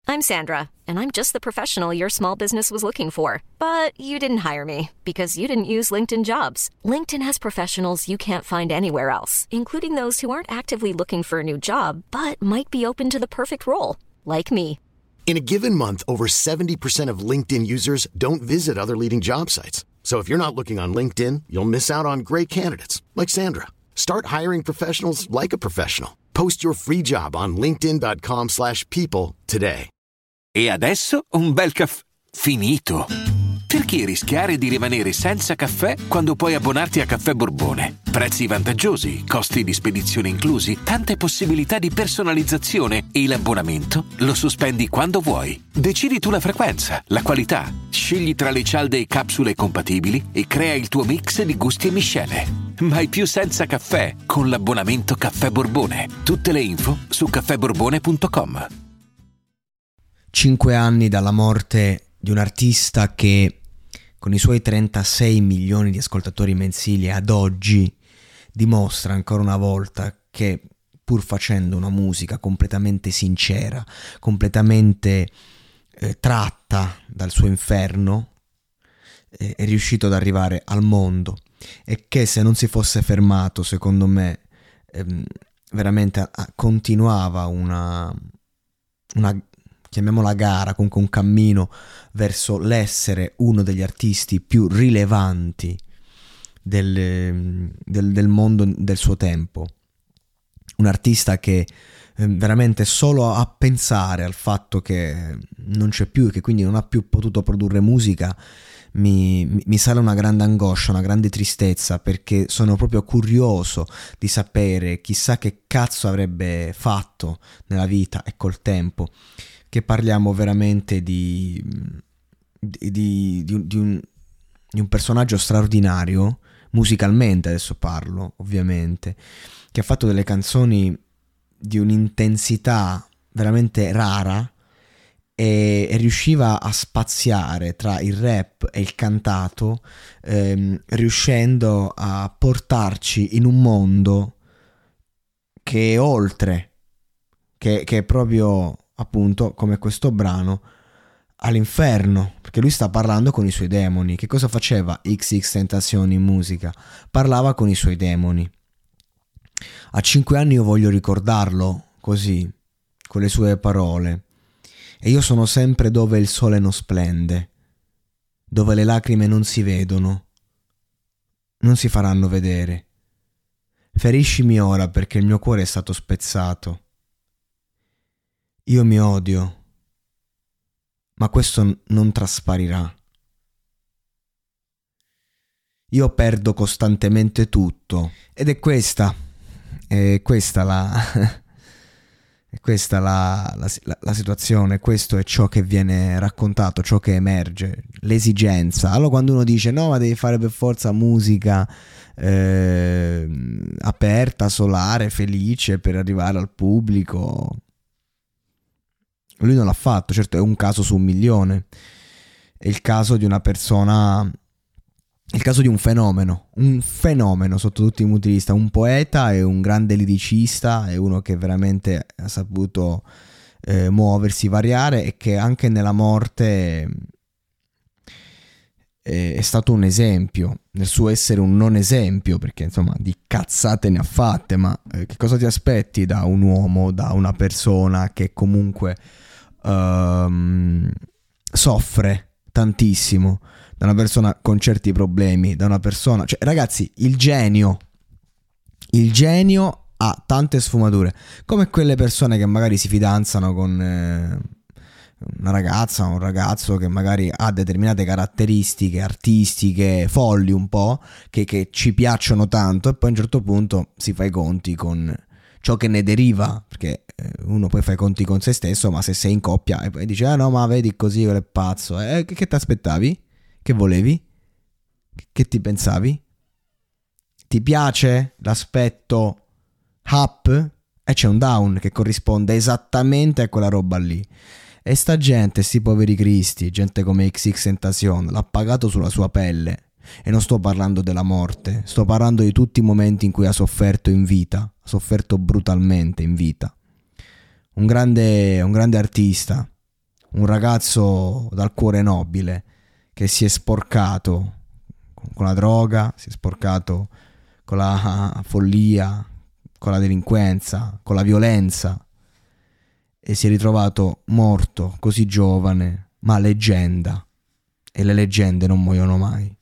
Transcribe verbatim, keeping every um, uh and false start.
I'm Sandra, and I'm just the professional your small business was looking for. But you didn't hire me because you didn't use LinkedIn Jobs. LinkedIn has professionals you can't find anywhere else, including those who aren't actively looking for a new job, but might be open to the perfect role, like me. In a given month, over seventy percent of LinkedIn users don't visit other leading job sites. So if you're not looking on LinkedIn, you'll miss out on great candidates like Sandra. Start hiring professionals like a professional. Post your free job on linkedin.com slash people today. E adesso un bel caffè finito. Perché rischiare di rimanere senza caffè quando puoi abbonarti a Caffè Borbone? Prezzi vantaggiosi, costi di spedizione inclusi, tante possibilità di personalizzazione e l'abbonamento lo sospendi quando vuoi. Decidi tu la frequenza, la qualità, scegli tra le cialde e capsule compatibili e crea il tuo mix di gusti e miscele. Mai più senza caffè con l'abbonamento Caffè Borbone. Tutte le info su caffè borbone punto com. Cinque anni dalla morte di un artista che con i suoi trentasei milioni di ascoltatori mensili ad oggi dimostra ancora una volta che, pur facendo una musica completamente sincera, completamente eh, tratta dal suo inferno, eh, è riuscito ad arrivare al mondo, e che se non si fosse fermato, secondo me, ehm, veramente a, a, continuava una, una chiamiamola gara, comunque un cammino verso l'essere uno degli artisti più rilevanti del, del, del mondo del suo tempo. Un artista che eh, veramente solo a pensare al fatto che non c'è più e che quindi non ha più potuto produrre musica mi, mi, mi sale una grande angoscia, una grande tristezza, perché sono proprio curioso di sapere chissà che cazzo avrebbe fatto nella vita e col tempo. Che parliamo veramente di, di, di, di, un, di, un, di un personaggio straordinario, musicalmente adesso parlo ovviamente, che ha fatto delle canzoni di un'intensità veramente rara e, e riusciva a spaziare tra il rap e il cantato, ehm, riuscendo a portarci in un mondo che è oltre, che, che è proprio, appunto, come questo brano, all'inferno, perché lui sta parlando con i suoi demoni. Che cosa faceva X X Tentacion in musica? Parlava con i suoi demoni. A cinque anni io voglio ricordarlo così, con le sue parole. E io sono sempre dove il sole non splende, dove le lacrime non si vedono, non si faranno vedere. Feriscimi ora perché il mio cuore è stato spezzato. Io mi odio, ma questo non trasparirà. Io perdo costantemente tutto, ed è questa, è questa la, è questa la, la, la, la situazione, questo è ciò che viene raccontato, ciò che emerge, l'esigenza. Allora quando uno dice no, ma devi fare per forza musica eh, aperta, solare, felice per arrivare al pubblico, lui non l'ha fatto. Certo, è un caso su un milione, è il caso di una persona, il caso di un fenomeno, un fenomeno sotto tutti i punti di vista, un poeta e un grande liricista, è uno che veramente ha saputo eh, muoversi, variare, e che anche nella morte è, è stato un esempio, nel suo essere un non esempio, perché insomma di cazzate ne ha fatte, ma eh, che cosa ti aspetti da un uomo, da una persona che comunque um, soffre tantissimo, da una persona con certi problemi, da una persona, cioè ragazzi, il genio il genio ha tante sfumature, come quelle persone che magari si fidanzano con eh, una ragazza o un ragazzo che magari ha determinate caratteristiche artistiche folli un po', che, che ci piacciono tanto, e poi a un certo punto si fa i conti con ciò che ne deriva, perché uno poi fa i conti con se stesso, ma se sei in coppia e poi dice ah no, ma vedi così, quello è pazzo, eh, che, che ti aspettavi? Che volevi? Che ti pensavi? Ti piace l'aspetto up? E c'è un down che corrisponde esattamente a quella roba lì. E sta gente, sti poveri cristi, gente come X X Tentacion, l'ha pagato sulla sua pelle. E non sto parlando della morte, sto parlando di tutti i momenti in cui ha sofferto in vita, ha sofferto brutalmente in vita. Un grande, un grande artista, un ragazzo dal cuore nobile che si è sporcato con la droga, si è sporcato con la follia, con la delinquenza, con la violenza, e si è ritrovato morto così giovane, ma leggenda, e le leggende non muoiono mai.